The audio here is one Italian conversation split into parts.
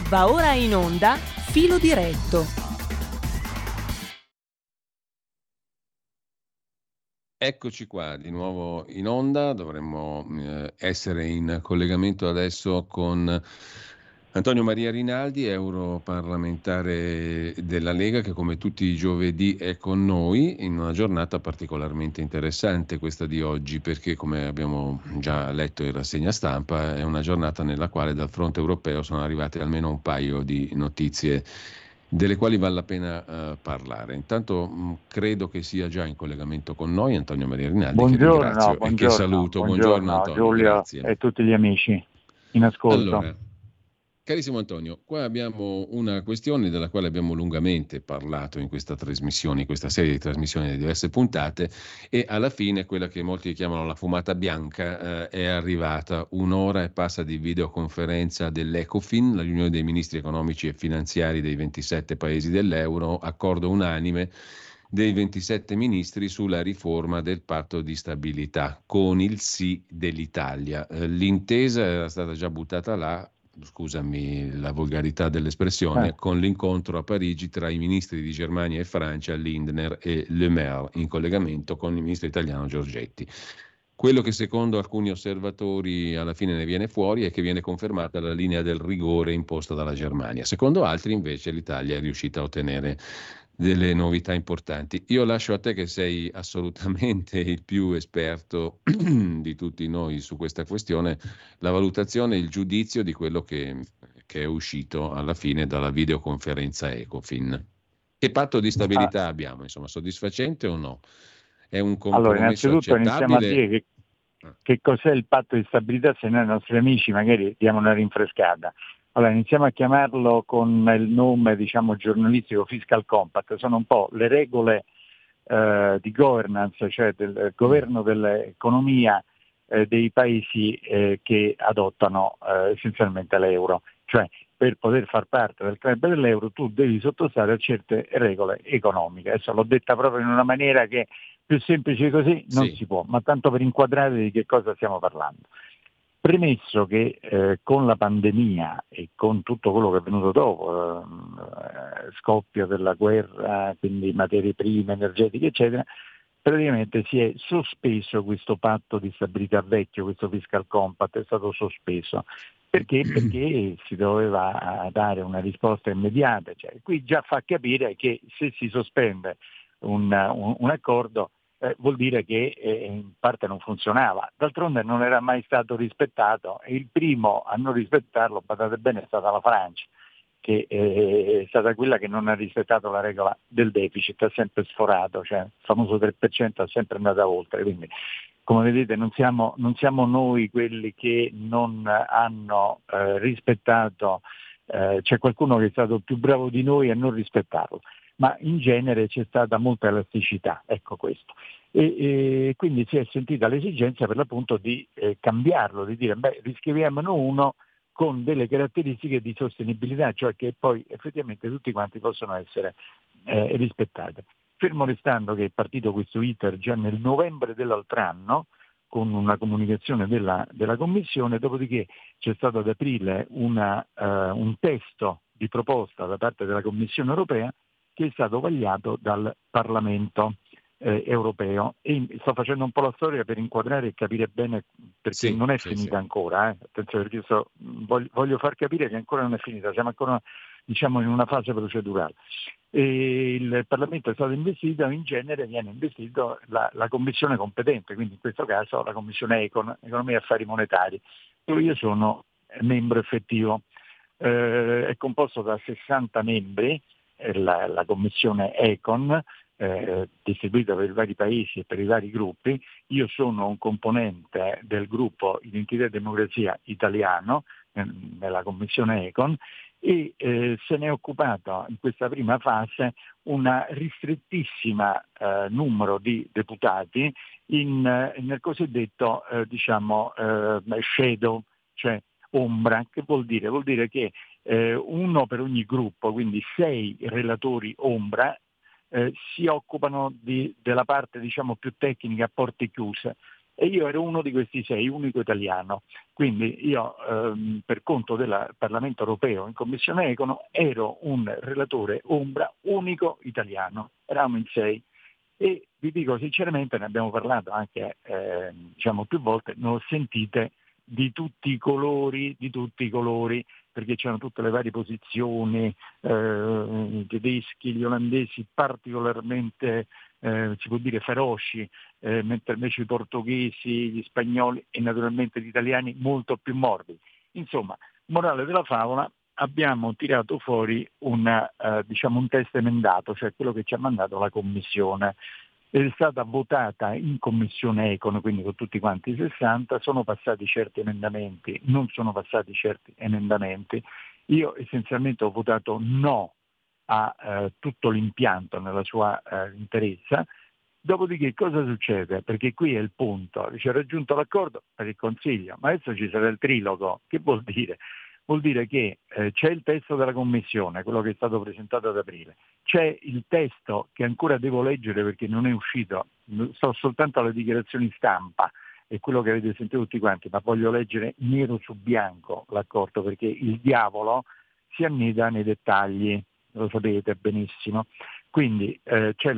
Va ora in onda Filo Diretto. Eccoci qua di nuovo in onda, dovremmo essere in collegamento adesso con Antonio Maria Rinaldi, europarlamentare della Lega, che come tutti i giovedì è con noi in una giornata particolarmente interessante questa di oggi, perché come abbiamo già letto in rassegna stampa è una giornata nella quale dal fronte europeo sono arrivate almeno un paio di notizie delle quali vale la pena parlare. Intanto credo che sia già in collegamento con noi Antonio Maria Rinaldi, che ringrazio e che saluto. Buongiorno Antonio, Giulio grazie. e tutti gli amici in ascolto. Allora, carissimo Antonio, qua abbiamo una questione della quale abbiamo lungamente parlato in questa trasmissione, in questa serie di trasmissioni di diverse puntate, e alla fine quella che molti chiamano la fumata bianca è arrivata. Un'ora e passa di videoconferenza dell'Ecofin, la riunione dei ministri economici e finanziari dei 27 paesi dell'euro, accordo unanime dei 27 ministri sulla riforma del patto di stabilità, con il sì dell'Italia. L'intesa era stata già buttata là, scusami la volgarità dell'espressione, con l'incontro a Parigi tra i ministri di Germania e Francia, Lindner e Le Maire, in collegamento con il ministro italiano Giorgetti. Quello che secondo alcuni osservatori alla fine ne viene fuori è che viene confermata la linea del rigore imposta dalla Germania. Secondo altri invece l'Italia è riuscita a ottenere delle novità importanti. Io lascio a te, che sei assolutamente il più esperto di tutti noi su questa questione, la valutazione, il giudizio di quello che è uscito alla fine dalla videoconferenza Ecofin. Che patto di stabilità abbiamo? Insomma, soddisfacente o no? È un Allora, compromesso innanzitutto iniziamo a accettabile? dire che cos'è il patto di stabilità, se noi ai nostri amici magari diamo una rinfrescata. Allora, iniziamo a chiamarlo con il nome, diciamo, giornalistico, Fiscal Compact. Sono un po' le regole di governance, cioè del governo dell'economia dei paesi che adottano essenzialmente l'euro. Cioè, per poter far parte del club dell'euro tu devi sottostare a certe regole economiche. Adesso l'ho detta proprio in una maniera che più semplice di così non si può, ma tanto per inquadrare di che cosa stiamo parlando. Premesso che con la pandemia e con tutto quello che è venuto dopo, scoppio della guerra, quindi materie prime, energetiche, eccetera, praticamente si è sospeso questo patto di stabilità vecchio, questo fiscal compact è stato sospeso. Perché? Perché si doveva dare una risposta immediata. Cioè, qui già fa capire che se si sospende un accordo vuol dire che in parte non funzionava. D'altronde non era mai stato rispettato e il primo a non rispettarlo, badate bene, è stata la Francia, che è stata quella che non ha rispettato la regola del deficit, ha sempre sforato, cioè il famoso 3% è sempre andata oltre. Quindi, come vedete, non siamo noi quelli che non hanno rispettato, c'è qualcuno che è stato più bravo di noi a non rispettarlo, ma in genere c'è stata molta elasticità, ecco questo. E quindi si è sentita l'esigenza per l'appunto di cambiarlo, di dire riscriviamone uno con delle caratteristiche di sostenibilità, cioè che poi effettivamente tutti quanti possono essere rispettate. Fermo restando che è partito questo iter già nel novembre dell'altro anno, con una comunicazione della Commissione, dopodiché c'è stato ad aprile un testo di proposta da parte della Commissione europea che è stato vagliato dal Parlamento europeo. E sto facendo un po' la storia per inquadrare e capire bene, perché non è finita ancora. Attenzione, perché voglio far capire che ancora non è finita, siamo ancora, diciamo, in una fase procedurale. E il Parlamento è stato investito, in genere viene investito la commissione competente, quindi in questo caso la commissione Econ, Economia e Affari Monetari, dove io sono membro effettivo. È composto da 60 membri, la commissione Econ, distribuita per i vari paesi e per i vari gruppi. Io sono un componente del gruppo Identità e Democrazia italiano nella commissione Econ e se ne è occupato in questa prima fase una ristrettissima numero di deputati nel cosiddetto shadow, cioè ombra. Che vuol dire? Vuol dire che uno per ogni gruppo, quindi 6 relatori ombra, si occupano della parte, diciamo, più tecnica a porte chiuse. e io ero uno di questi 6, unico italiano. Quindi io per conto del Parlamento europeo in Commissione Econo ero un relatore ombra unico italiano, eravamo in 6 e vi dico sinceramente, ne abbiamo parlato anche più volte, ne ho sentite di tutti i colori, perché c'erano tutte le varie posizioni, i tedeschi, gli olandesi particolarmente si può dire feroci, mentre invece i portoghesi, gli spagnoli e naturalmente gli italiani molto più morbidi. Insomma, morale della favola, abbiamo tirato fuori un testo emendato, cioè quello che ci ha mandato la Commissione. È stata votata in Commissione Econo, quindi con tutti quanti i 60, sono passati certi emendamenti, non sono passati certi emendamenti. Io essenzialmente ho votato no a tutto l'impianto nella sua interezza. Dopodiché cosa succede? Perché qui è il punto, si è raggiunto l'accordo per il Consiglio, ma adesso ci sarà il trilogo. Che vuol dire? Vuol dire che c'è il testo della Commissione, quello che è stato presentato ad aprile, c'è il testo che ancora devo leggere perché non è uscito, sto soltanto alle dichiarazioni stampa e quello che avete sentito tutti quanti, ma voglio leggere nero su bianco l'accordo perché il diavolo si annida nei dettagli, lo sapete benissimo. Quindi c'è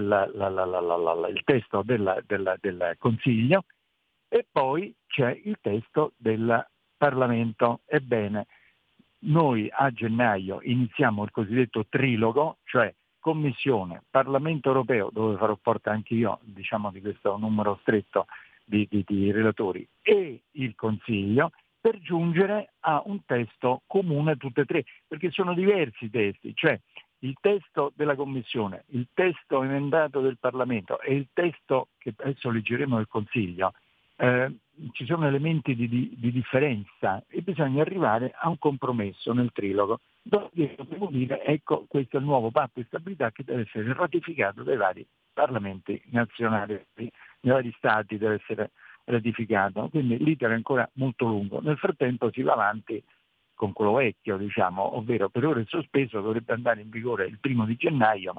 il testo del Consiglio e poi c'è il testo del Parlamento. Ebbene, noi a gennaio iniziamo il cosiddetto trilogo, cioè Commissione, Parlamento europeo, dove farò parte anche io, di questo numero stretto di relatori, e il Consiglio, per giungere a un testo comune a tutte e tre, perché sono diversi i testi, cioè il testo della Commissione, il testo emendato del Parlamento e il testo che adesso leggeremo del Consiglio. Ci sono elementi di differenza e bisogna arrivare a un compromesso nel trilogo. Dopodiché devo dire, ecco, questo è il nuovo patto di stabilità che deve essere ratificato dai vari parlamenti nazionali, dai vari stati deve essere ratificato, quindi l'iter è ancora molto lungo. Nel frattempo si va avanti con quello vecchio, ovvero per ora è sospeso, dovrebbe andare in vigore il 1° gennaio,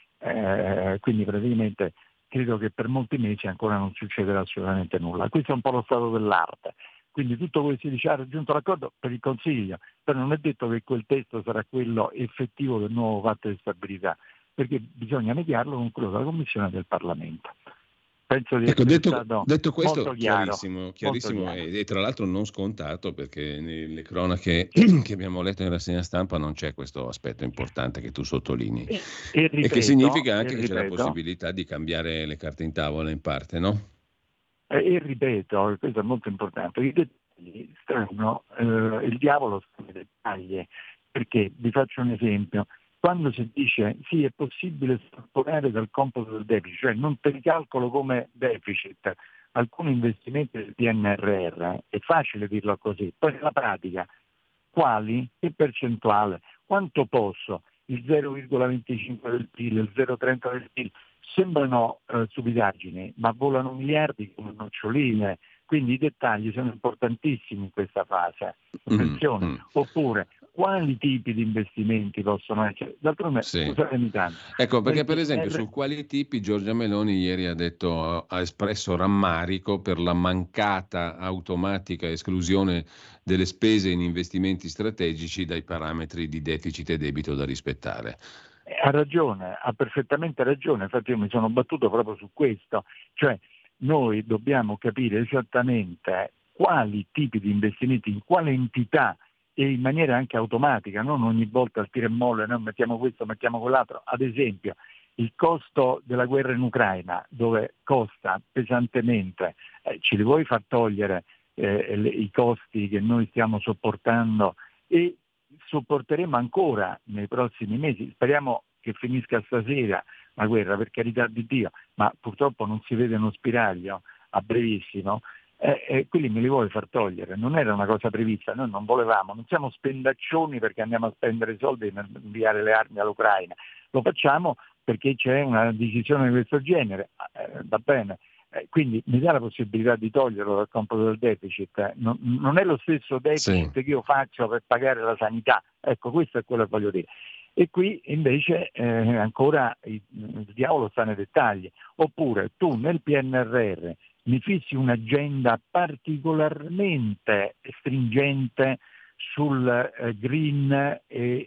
ma quindi praticamente credo che per molti mesi ancora non succederà assolutamente nulla. Questo è un po' lo stato dell'arte. Quindi tutto quello che si dice ha raggiunto l'accordo per il Consiglio, però non è detto che quel testo sarà quello effettivo del nuovo patto di stabilità, perché bisogna mediarlo con quello della Commissione e del Parlamento. Penso di essere stato detto questo, molto chiaro, chiarissimo molto chiaro. E tra l'altro non scontato, perché nelle cronache che abbiamo letto in rassegna stampa non c'è questo aspetto importante che tu sottolinei. E che significa anche che c'è la possibilità di cambiare le carte in tavola in parte, no? E ripeto, questo è molto importante, i dettagli stanno, il diavolo sta nei dettagli, perché vi faccio un esempio. Quando si dice sì è possibile scorporare dal computo del deficit, cioè non te li calcolo come deficit alcuni investimenti del PNRR, è facile dirlo così, poi nella pratica quali, che percentuale, quanto posso, il 0,25 del PIL, il 0,30 del PIL, sembrano stupidaggini, ma volano miliardi come noccioline, quindi i dettagli sono importantissimi in questa fase. Attenzione, oppure quali tipi di investimenti possono essere? D'altronde, scusatemi tanto. Ecco, perché per esempio su quali tipi Giorgia Meloni ieri ha espresso rammarico per la mancata automatica esclusione delle spese in investimenti strategici dai parametri di deficit e debito da rispettare. Ha ragione, ha perfettamente ragione, infatti io mi sono battuto proprio su questo, cioè noi dobbiamo capire esattamente quali tipi di investimenti, in quale entità e in maniera anche automatica, non ogni volta al tiro e molle, no? Mettiamo questo, mettiamo quell'altro. Ad esempio il costo della guerra in Ucraina, dove costa pesantemente, ce li vuoi far togliere i costi che noi stiamo sopportando e sopporteremo ancora nei prossimi mesi, speriamo che finisca stasera la guerra, per carità di Dio, ma purtroppo non si vede uno spiraglio a brevissimo. Quelli me li vuoi far togliere, non era una cosa prevista, noi non volevamo, non siamo spendaccioni perché andiamo a spendere soldi per inviare le armi all'Ucraina, lo facciamo perché c'è una decisione di questo genere, va bene, quindi mi dà la possibilità di toglierlo dal computo del deficit, non è lo stesso deficit che io faccio per pagare la sanità, ecco questo è quello che voglio dire. E qui invece ancora il diavolo sta nei dettagli, oppure tu nel PNRR mi fissi un'agenda particolarmente stringente sul green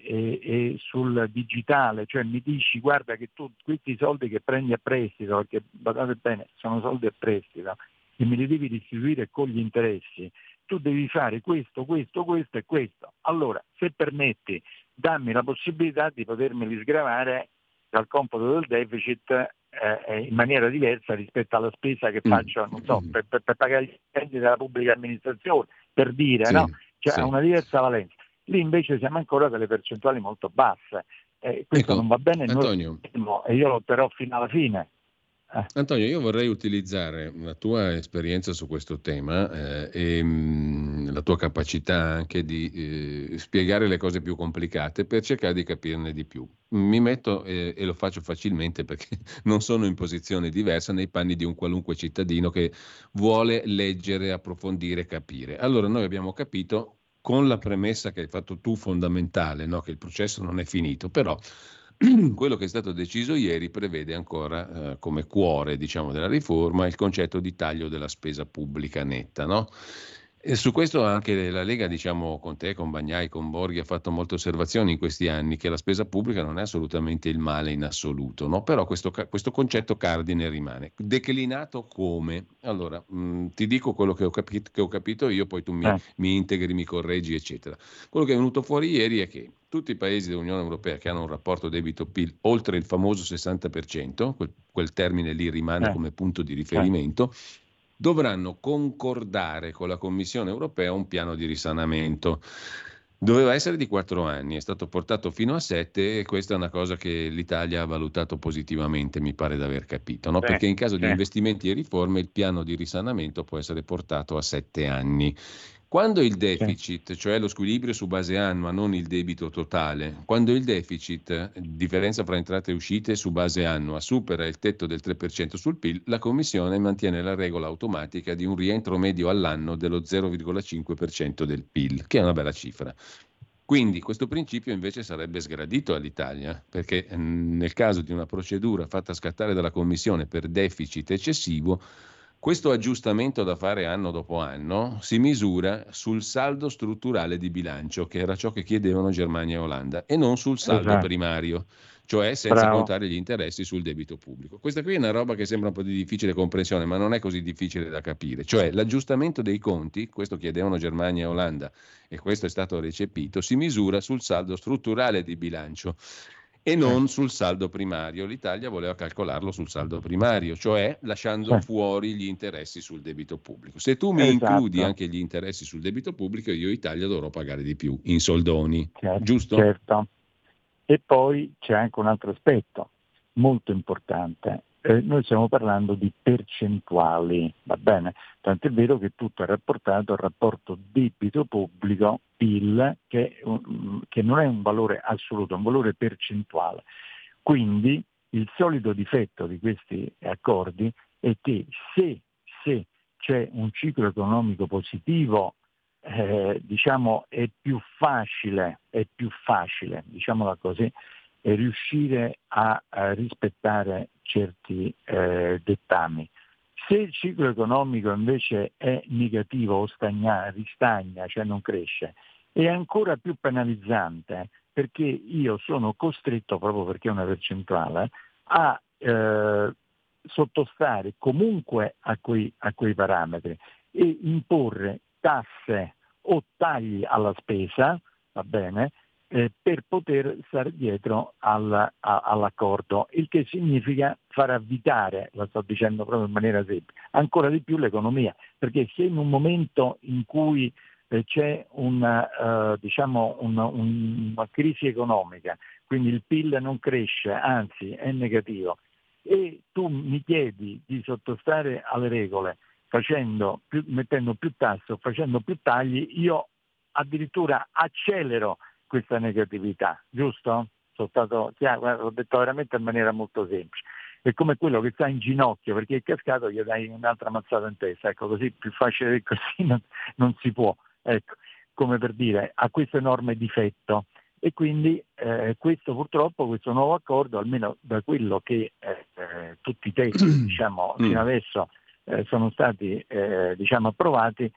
e sul digitale, cioè mi dici guarda che tu questi soldi che prendi a prestito, perché badate bene sono soldi a prestito e me li devi distribuire con gli interessi, tu devi fare questo e questo. Allora, se permetti, dammi la possibilità di potermeli sgravare dal computo del deficit in maniera diversa rispetto alla spesa che faccio, non so, per pagare gli stipendi della pubblica amministrazione, per dire, sì, no? Cioè sì. ha una diversa valenza. Lì invece siamo ancora delle percentuali molto basse. Questo Ecco, non va bene, Antonio. e io lotterò fino alla fine. Antonio, io vorrei utilizzare la tua esperienza su questo tema e la tua capacità anche di spiegare le cose più complicate per cercare di capirne di più. Mi metto e lo faccio facilmente perché non sono in posizione diversa nei panni di un qualunque cittadino che vuole leggere, approfondire, capire. Allora, noi abbiamo capito con la premessa che hai fatto tu fondamentale, no? Che il processo non è finito, però quello che è stato deciso ieri prevede ancora come cuore, diciamo, della riforma il concetto di taglio della spesa pubblica netta, no? E su questo anche la Lega, diciamo, con te, con Bagnai, con Borghi, ha fatto molte osservazioni in questi anni che la spesa pubblica non è assolutamente il male in assoluto, no? Però questo concetto cardine rimane. Declinato come? Allora, ti dico quello che ho capito io, poi tu mi integri, mi correggi, eccetera. Quello che è venuto fuori ieri è che tutti i paesi dell'Unione Europea che hanno un rapporto debito-PIL oltre il famoso 60%, quel termine lì rimane come punto di riferimento, dovranno concordare con la Commissione europea un piano di risanamento. Doveva essere di 4 anni, è stato portato fino a 7 e questa è una cosa che l'Italia ha valutato positivamente, mi pare di aver capito, no? Perché in caso di investimenti e riforme il piano di risanamento può essere portato a 7 anni. Quando il deficit, cioè lo squilibrio su base annua, non il debito totale, quando il deficit, differenza fra entrate e uscite su base annua, supera il tetto del 3% sul PIL, la Commissione mantiene la regola automatica di un rientro medio all'anno dello 0,5% del PIL, che è una bella cifra. Quindi questo principio invece sarebbe sgradito all'Italia, perché nel caso di una procedura fatta scattare dalla Commissione per deficit eccessivo, questo aggiustamento da fare anno dopo anno si misura sul saldo strutturale di bilancio, che era ciò che chiedevano Germania e Olanda, e non sul saldo primario, cioè senza contare gli interessi sul debito pubblico. Questa qui è una roba che sembra un po' di difficile comprensione, ma non è così difficile da capire. Cioè l'aggiustamento dei conti, questo chiedevano Germania e Olanda, e questo è stato recepito, si misura sul saldo strutturale di bilancio e non sul saldo primario. L'Italia voleva calcolarlo sul saldo primario, cioè lasciando fuori gli interessi sul debito pubblico. Se tu mi includi anche gli interessi sul debito pubblico, io Italia dovrò pagare di più in soldoni, giusto? Certo. E poi c'è anche un altro aspetto molto importante. Noi stiamo parlando di percentuali, va bene? Tant'è vero che tutto è rapportato al rapporto debito pubblico PIL, che non è un valore assoluto, è un valore percentuale. Quindi il solito difetto di questi accordi è che se c'è un ciclo economico positivo, diciamo è più facile, diciamola così, riuscire a rispettare certi dettami. Se il ciclo economico invece è negativo o ristagna, cioè non cresce, è ancora più penalizzante perché io sono costretto, proprio perché è una percentuale, a sottostare comunque a quei parametri e imporre tasse o tagli alla spesa, va bene, per poter stare dietro all'accordo, il che significa far avvitare, lo sto dicendo proprio in maniera semplice, ancora di più l'economia, perché se in un momento in cui c'è una crisi economica, quindi il PIL non cresce, anzi è negativo, e tu mi chiedi di sottostare alle regole mettendo più tasse o facendo più tagli, io addirittura accelero questa negatività, giusto? Sono stato chiaro, l'ho detto veramente in maniera molto semplice. È come quello che sta in ginocchio perché è cascato, gli dai un'altra mazzata in testa, ecco, così più facile di così non si può, ecco, come per dire, ha questo enorme difetto. E quindi questo nuovo accordo, almeno da quello che tutti i testi diciamo fino adesso sono stati approvati,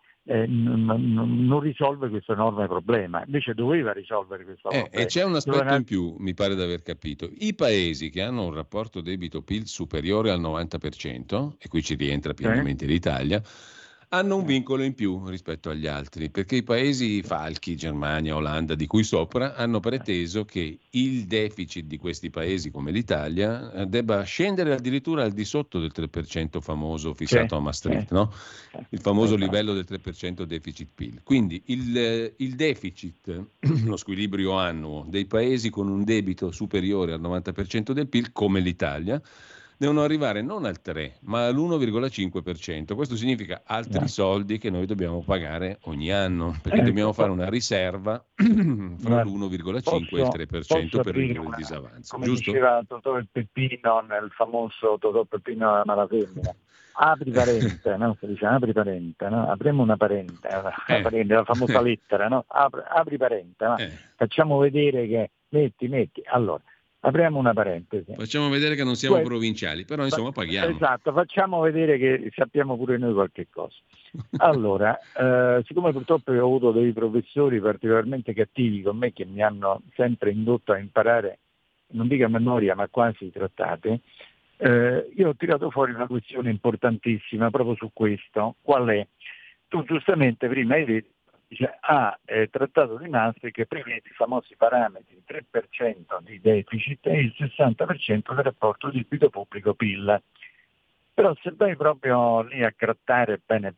non risolve questo enorme problema. Invece doveva risolvere questo problema. E c'è un aspetto in più, mi pare di aver capito. I paesi che hanno un rapporto debito-PIL superiore al 90%, e qui ci rientra pienamente l'Italia, hanno un vincolo in più rispetto agli altri, perché i paesi falchi, Germania, Olanda, di cui sopra, hanno preteso che il deficit di questi paesi come l'Italia debba scendere addirittura al di sotto del 3% famoso fissato a Maastricht, no? Il famoso livello del 3% deficit PIL. Quindi il deficit, lo squilibrio annuo dei paesi con un debito superiore al 90% del PIL, come l'Italia, devono arrivare non al 3, ma all'1,5%. Questo significa altri soldi che noi dobbiamo pagare ogni anno, perché dobbiamo fare una riserva fra l'1,5 e il 3% per ridurre il disavanzo. Come giusto? diceva Totò il Peppino nel famoso Totò Peppino della Malafemmina. Apri parente, no? Si dice apri parente, no? Apriamo una parente, la famosa lettera, no? Apri parente, no? Facciamo vedere che metti. Allora, apriamo una parentesi. Facciamo vedere che non siamo provinciali, però insomma paghiamo. Esatto, facciamo vedere che sappiamo pure noi qualche cosa. Allora, siccome purtroppo ho avuto dei professori particolarmente cattivi con me che mi hanno sempre indotto a imparare, non dico a memoria, ma quasi i trattati, io ho tirato fuori una questione importantissima proprio su questo. Qual è? Tu giustamente prima hai detto, trattato di Maastricht che prevede i famosi parametri, il 3% di deficit e il 60% del rapporto debito pubblico-PIL. Però se vai proprio lì a grattare bene,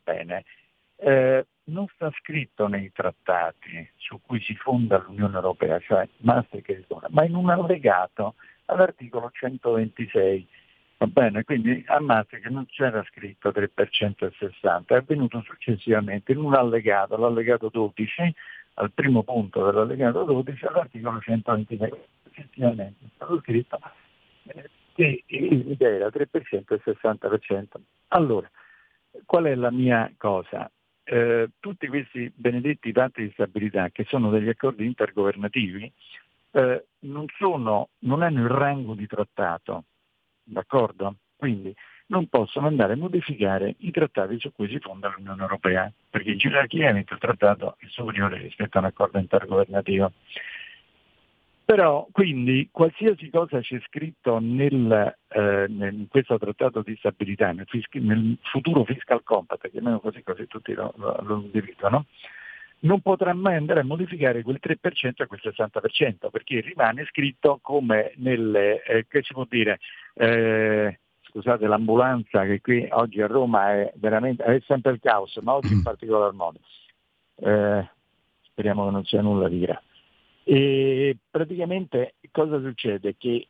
non sta scritto nei trattati su cui si fonda l'Unione Europea, cioè Maastricht, ma in un allegato all'articolo 126. Va bene, quindi a Maastricht non c'era scritto 3% e 60%, è avvenuto successivamente in un allegato, l'allegato 12, al primo punto dell'allegato 12, all'articolo 126. Effettivamente è stato scritto che era 3% e 60%. Allora, qual è la mia cosa? Tutti questi benedetti patti di stabilità, che sono degli accordi intergovernativi, non hanno il rango di trattato. D'accordo? Quindi non possono andare a modificare i trattati su cui si fonda l'Unione Europea, perché gerarchicamente il trattato è superiore rispetto a un accordo intergovernativo. Però quindi qualsiasi cosa c'è scritto in questo trattato di stabilità, nel futuro fiscal compact, chiamiamolo così tutti lo utilizzano, non potrà mai andare a modificare quel 3% e quel 60%, perché rimane scritto come che si può dire, scusate l'ambulanza che qui oggi a Roma è sempre il caos, ma oggi in particolar modo. Speriamo che non sia nulla di grave. E praticamente cosa succede? Che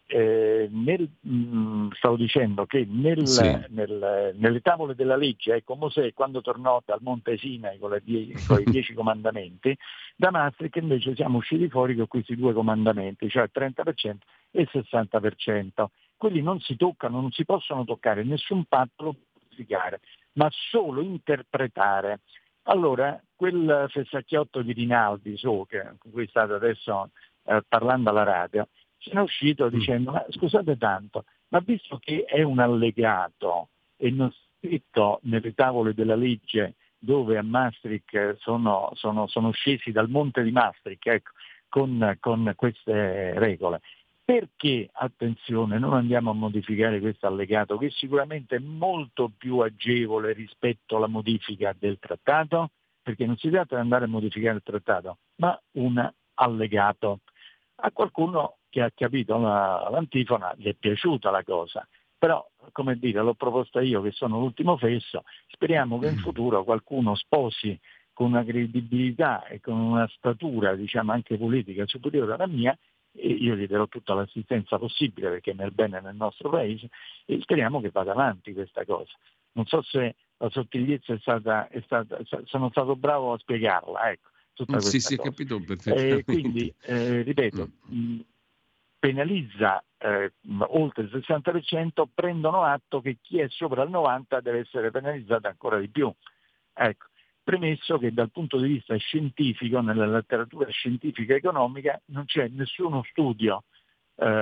stavo dicendo che nelle tavole della legge, ecco Mosè quando tornò dal Monte Sinai con i 10 comandamenti, da Maastricht invece siamo usciti fuori con questi 2 comandamenti, cioè il 30% e il 60%. Quelli non si toccano, non si possono toccare, nessun patto lo può modificare, ma solo interpretare. Allora, quel fessacchiotto di Rinaldi, con cui state adesso parlando alla radio, se ne è uscito dicendo, ma scusate tanto, ma visto che è un allegato e non scritto nelle tavole della legge dove a Maastricht sono scesi dal monte di Maastricht, ecco, con queste regole, perché, attenzione, non andiamo a modificare questo allegato che sicuramente è molto più agevole rispetto alla modifica del trattato, perché non si tratta di andare a modificare il trattato, ma un allegato. A qualcuno che ha capito l'antifona gli è piaciuta la cosa, però, come dire, l'ho proposta io che sono l'ultimo fesso, speriamo che in futuro qualcuno sposi con una credibilità e con una statura, diciamo, anche politica superiore alla mia, e io gli darò tutta l'assistenza possibile perché è nel bene nel nostro paese e speriamo che vada avanti questa cosa. Non so se la sottigliezza è stata sono stato bravo a spiegarla, ecco, tutta questa cosa. Sì, capito perfettamente. Quindi, ripeto, penalizza oltre il 60%, prendono atto che chi è sopra il 90% deve essere penalizzato ancora di più. Ecco. Premesso che dal punto di vista scientifico, nella letteratura scientifica e economica, non c'è nessuno studio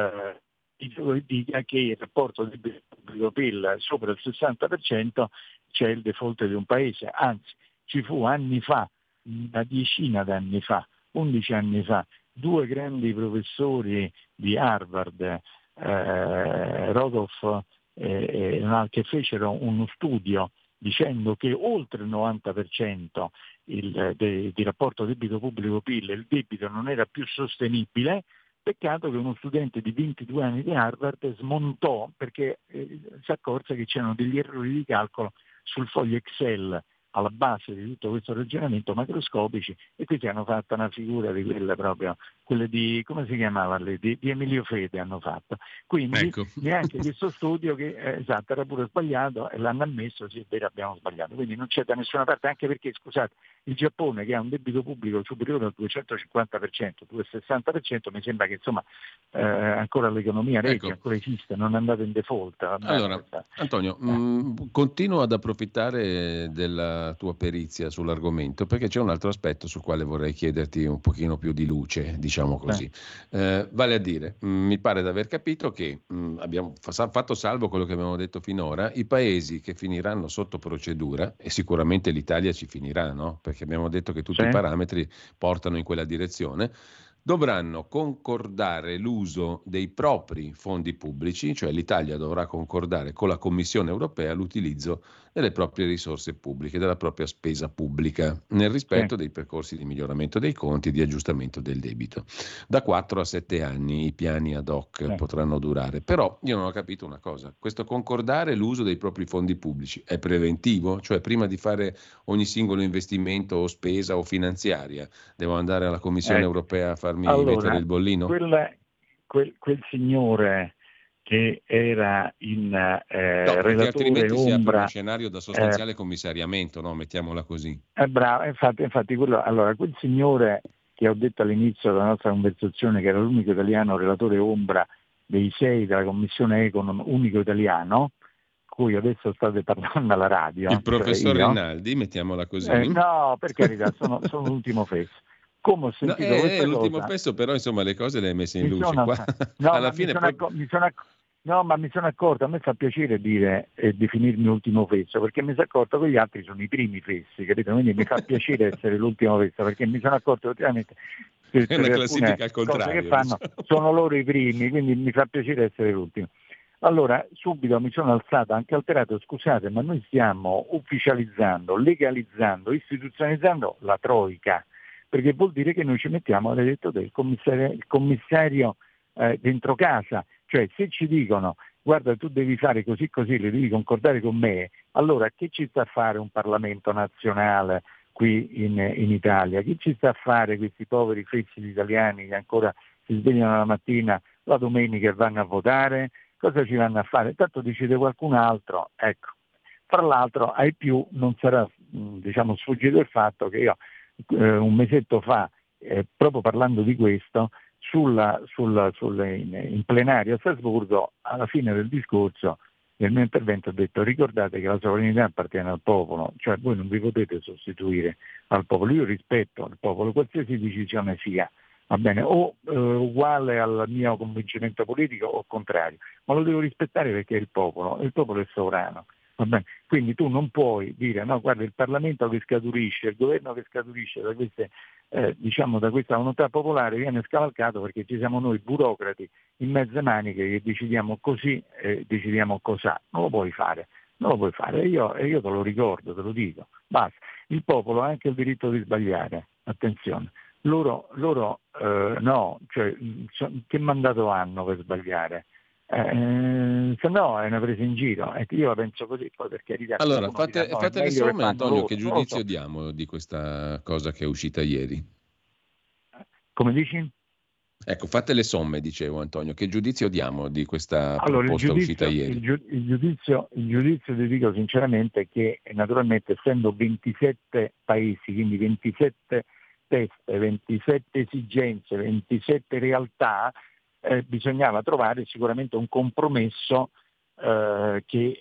che dica che il rapporto debito pubblico-PIL sopra il 60% c'è il default di un paese, anzi ci fu anni fa, una decina d'anni fa, 11 anni fa, due grandi professori di Harvard, Rodolph che fecero uno studio dicendo che oltre il 90% di rapporto debito pubblico-PIL, il debito non era più sostenibile. Peccato che uno studente di 22 anni di Harvard smontò perché si accorse che c'erano degli errori di calcolo sul foglio Excel alla base di tutto questo ragionamento macroscopici, e qui si hanno fatto una figura di quelle di, come si chiamava, di Emilio Fede hanno fatto. Quindi ecco. neanche questo studio che esatto, era pure sbagliato e l'hanno ammesso, sì è vero, abbiamo sbagliato. Quindi non c'è da nessuna parte, anche perché, scusate, il Giappone che ha un debito pubblico superiore al 250%, 260%, mi sembra che insomma ancora l'economia regge, Ecco. ancora esiste, non è andato in default. Allora, Antonio, continuo ad approfittare della tua perizia sull'argomento, perché c'è un altro aspetto sul quale vorrei chiederti un pochino più di luce, diciamo così. Vale a dire, mi pare di aver capito che abbiamo fatto salvo quello che abbiamo detto finora, i paesi che finiranno sotto procedura, e sicuramente l'Italia ci finirà, no? Perché abbiamo detto che tutti i parametri portano in quella direzione, dovranno concordare l'uso dei propri fondi pubblici, cioè l'Italia dovrà concordare con la Commissione europea l'utilizzo delle proprie risorse pubbliche, della propria spesa pubblica, nel rispetto dei percorsi di miglioramento dei conti e di aggiustamento del debito. Da 4 a 7 anni i piani ad hoc potranno durare, però io non ho capito una cosa: questo concordare l'uso dei propri fondi pubblici è preventivo? Cioè prima di fare ogni singolo investimento o spesa o finanziaria devo andare alla Commissione europea a farmi mettere il bollino? Quel signore che era in relatore altrimenti si apre ombra, uno scenario da sostanziale commissariamento, no? Mettiamola così. Bravo, infatti quel signore che ho detto all'inizio della nostra conversazione, che era l'unico italiano relatore ombra dei 6 della Commissione Econ, unico italiano, cui adesso state parlando alla radio. Il professor Rinaldi, mettiamola così. No, per carità, sono l'ultimo fesso. Come ho sentito questa l'ultimo cosa, fesso, però insomma le cose le hai messe in luce. Mi sono accorto, a me fa piacere dire e definirmi ultimo fesso, perché mi sono accorto che gli altri sono i primi fessi, capito? Quindi mi fa piacere essere l'ultimo fesso, perché mi sono accorto ultimamente che è una classifica al contrario, cose che fanno, sono loro i primi, quindi mi fa piacere essere l'ultimo. Allora subito mi sono alzato, anche alterato: scusate, ma noi stiamo ufficializzando, legalizzando, istituzionalizzando la Troica, perché vuol dire che noi ci mettiamo, avete detto, del commissario dentro casa. Cioè se ci dicono guarda tu devi fare così così, le devi concordare con me, allora che ci sta a fare un Parlamento nazionale qui in Italia? Che ci sta a fare questi poveri fessi italiani che ancora si svegliano la mattina, la domenica e vanno a votare? Cosa ci vanno a fare? Tanto decide qualcun altro. Ecco. Tra l'altro ai più non sarà sfuggito il fatto che io un mesetto fa, proprio parlando di questo, in plenario a Strasburgo, alla fine del discorso, nel mio intervento ho detto: ricordate che la sovranità appartiene al popolo, cioè voi non vi potete sostituire al popolo. Io rispetto al popolo, qualsiasi decisione sia, va bene, o uguale al mio convincimento politico o contrario, ma lo devo rispettare perché è il popolo è sovrano. Va bene? Quindi tu non puoi dire no, guarda, il Parlamento che scaturisce, il governo che scaturisce da queste, da questa volontà popolare viene scavalcato perché ci siamo noi burocrati in mezze maniche che decidiamo così e decidiamo cos'ha. Non lo puoi fare. Io te lo ricordo, te lo dico. Basta. Il popolo ha anche il diritto di sbagliare, attenzione. Loro no, cioè, che mandato hanno per sbagliare? Se no è una presa in giro, io la penso così, poi per carità. Allora fate le somme, Antonio, loro. che giudizio diamo di questa cosa che è uscita ieri? Come dici? Ecco, fate le somme, dicevo, Antonio, che giudizio diamo di questa proposta uscita ieri? Il giudizio ti dico sinceramente che naturalmente essendo 27 paesi, quindi 27 teste, 27 esigenze, 27 realtà, bisognava trovare sicuramente un compromesso che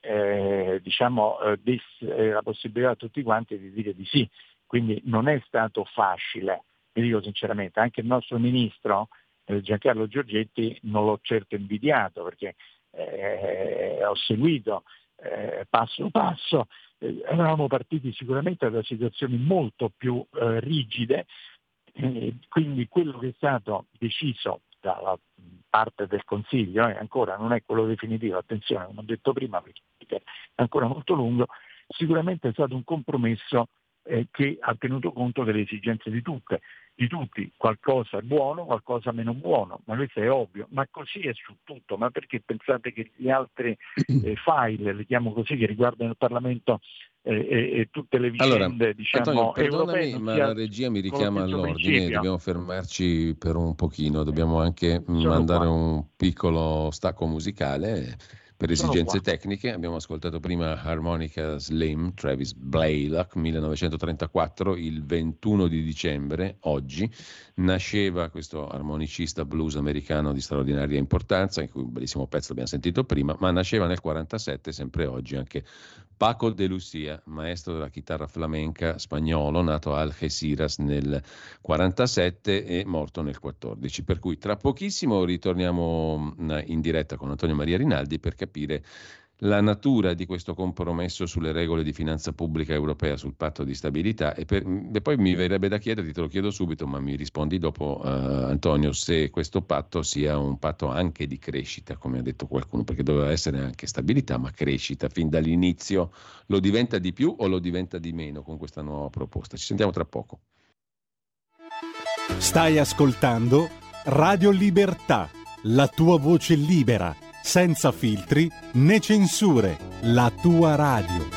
desse la possibilità a tutti quanti di dire di sì. Quindi non è stato facile, vi dico sinceramente. Anche il nostro ministro Giancarlo Giorgetti non l'ho certo invidiato, perché ho seguito passo passo eravamo partiti sicuramente da situazioni molto più rigide, quindi quello che è stato deciso dalla parte del Consiglio, ancora non è quello definitivo, attenzione, come ho detto prima, perché è ancora molto lungo, sicuramente è stato un compromesso che ha tenuto conto delle esigenze di tutti, qualcosa è buono, qualcosa meno buono, ma questo è ovvio, ma così è su tutto, ma perché pensate che gli altri file, le chiamo così, che riguardano il Parlamento e tutte le vicende, Allora, Antonio, europee, perdonami, non ma sia la regia mi con lo richiama stesso all'ordine, principio? dobbiamo fermarci per un pochino, dobbiamo anche Sono mandare qua, un piccolo stacco musicale per sono esigenze qua. tecniche. Abbiamo ascoltato prima Harmonica Slim, Travis Blaylock, 1934, il 21 di dicembre, oggi, nasceva questo armonicista blues americano di straordinaria importanza, in cui un bellissimo pezzo l'abbiamo sentito prima, ma nasceva nel 47, sempre oggi, anche Paco de Lucia, maestro della chitarra flamenca spagnolo, nato a Algeciras nel 47 e morto nel 14. Per cui tra pochissimo ritorniamo in diretta con Antonio Maria Rinaldi per capire la natura di questo compromesso sulle regole di finanza pubblica europea sul patto di stabilità e poi mi verrebbe da chiederti, te lo chiedo subito, ma mi rispondi dopo, Antonio, se questo patto sia un patto anche di crescita, come ha detto qualcuno, perché doveva essere anche stabilità, ma crescita fin dall'inizio. Lo diventa di più o lo diventa di meno con questa nuova proposta? Ci sentiamo tra poco. Stai ascoltando Radio Libertà, la tua voce libera, senza filtri né censure, la tua radio.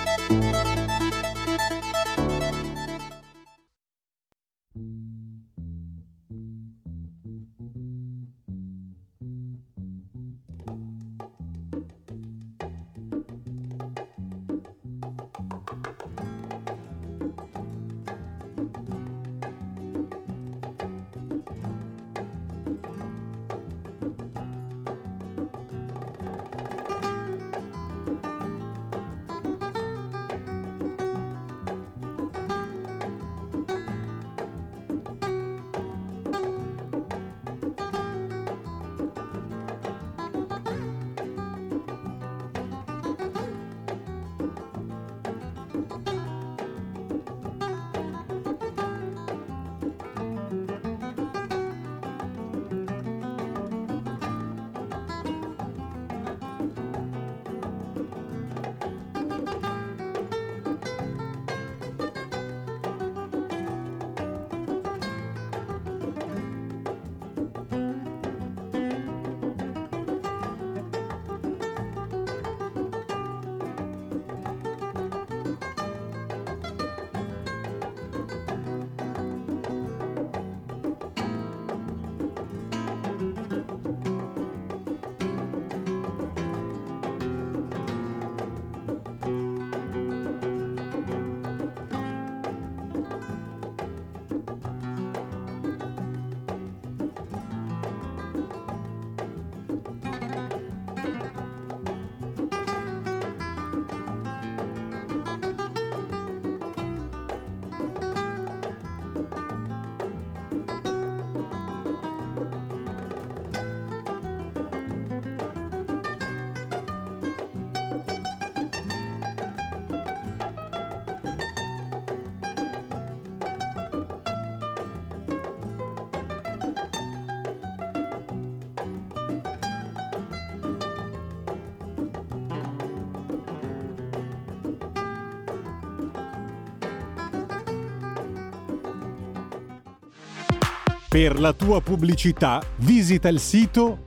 Per la tua pubblicità visita il sito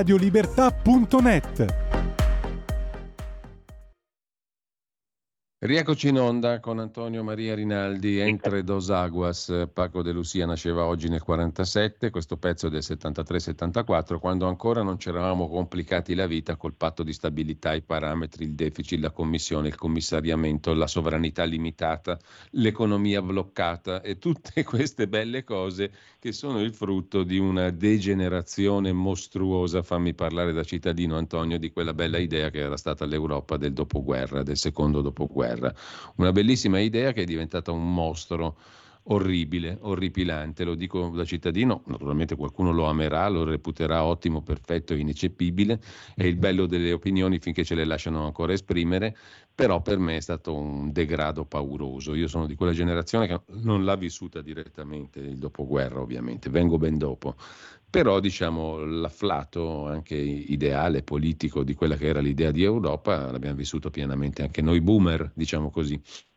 radiolibertà.net. Rieccoci in onda con Antonio Maria Rinaldi, Entre dos Aguas. Paco de Lucia nasceva oggi nel 47, questo pezzo è del 73-74, quando ancora non ci eravamo complicati la vita col patto di stabilità, i parametri, il deficit, la commissione, il commissariamento, la sovranità limitata, l'economia bloccata e tutte queste belle cose che sono il frutto di una degenerazione mostruosa. Fammi parlare da cittadino, Antonio, di quella bella idea che era stata l'Europa del dopoguerra, del secondo dopoguerra. Una bellissima idea che è diventata un mostro orribile, orripilante, lo dico da cittadino, naturalmente qualcuno lo amerà, lo reputerà ottimo, perfetto, ineccepibile, è il bello delle opinioni finché ce le lasciano ancora esprimere, però per me è stato un degrado pauroso. Io sono di quella generazione che non l'ha vissuta direttamente il dopoguerra, ovviamente, vengo ben dopo, però diciamo l'afflato anche ideale, politico di quella che era l'idea di Europa l'abbiamo vissuto pienamente anche noi boomer, diciamo così.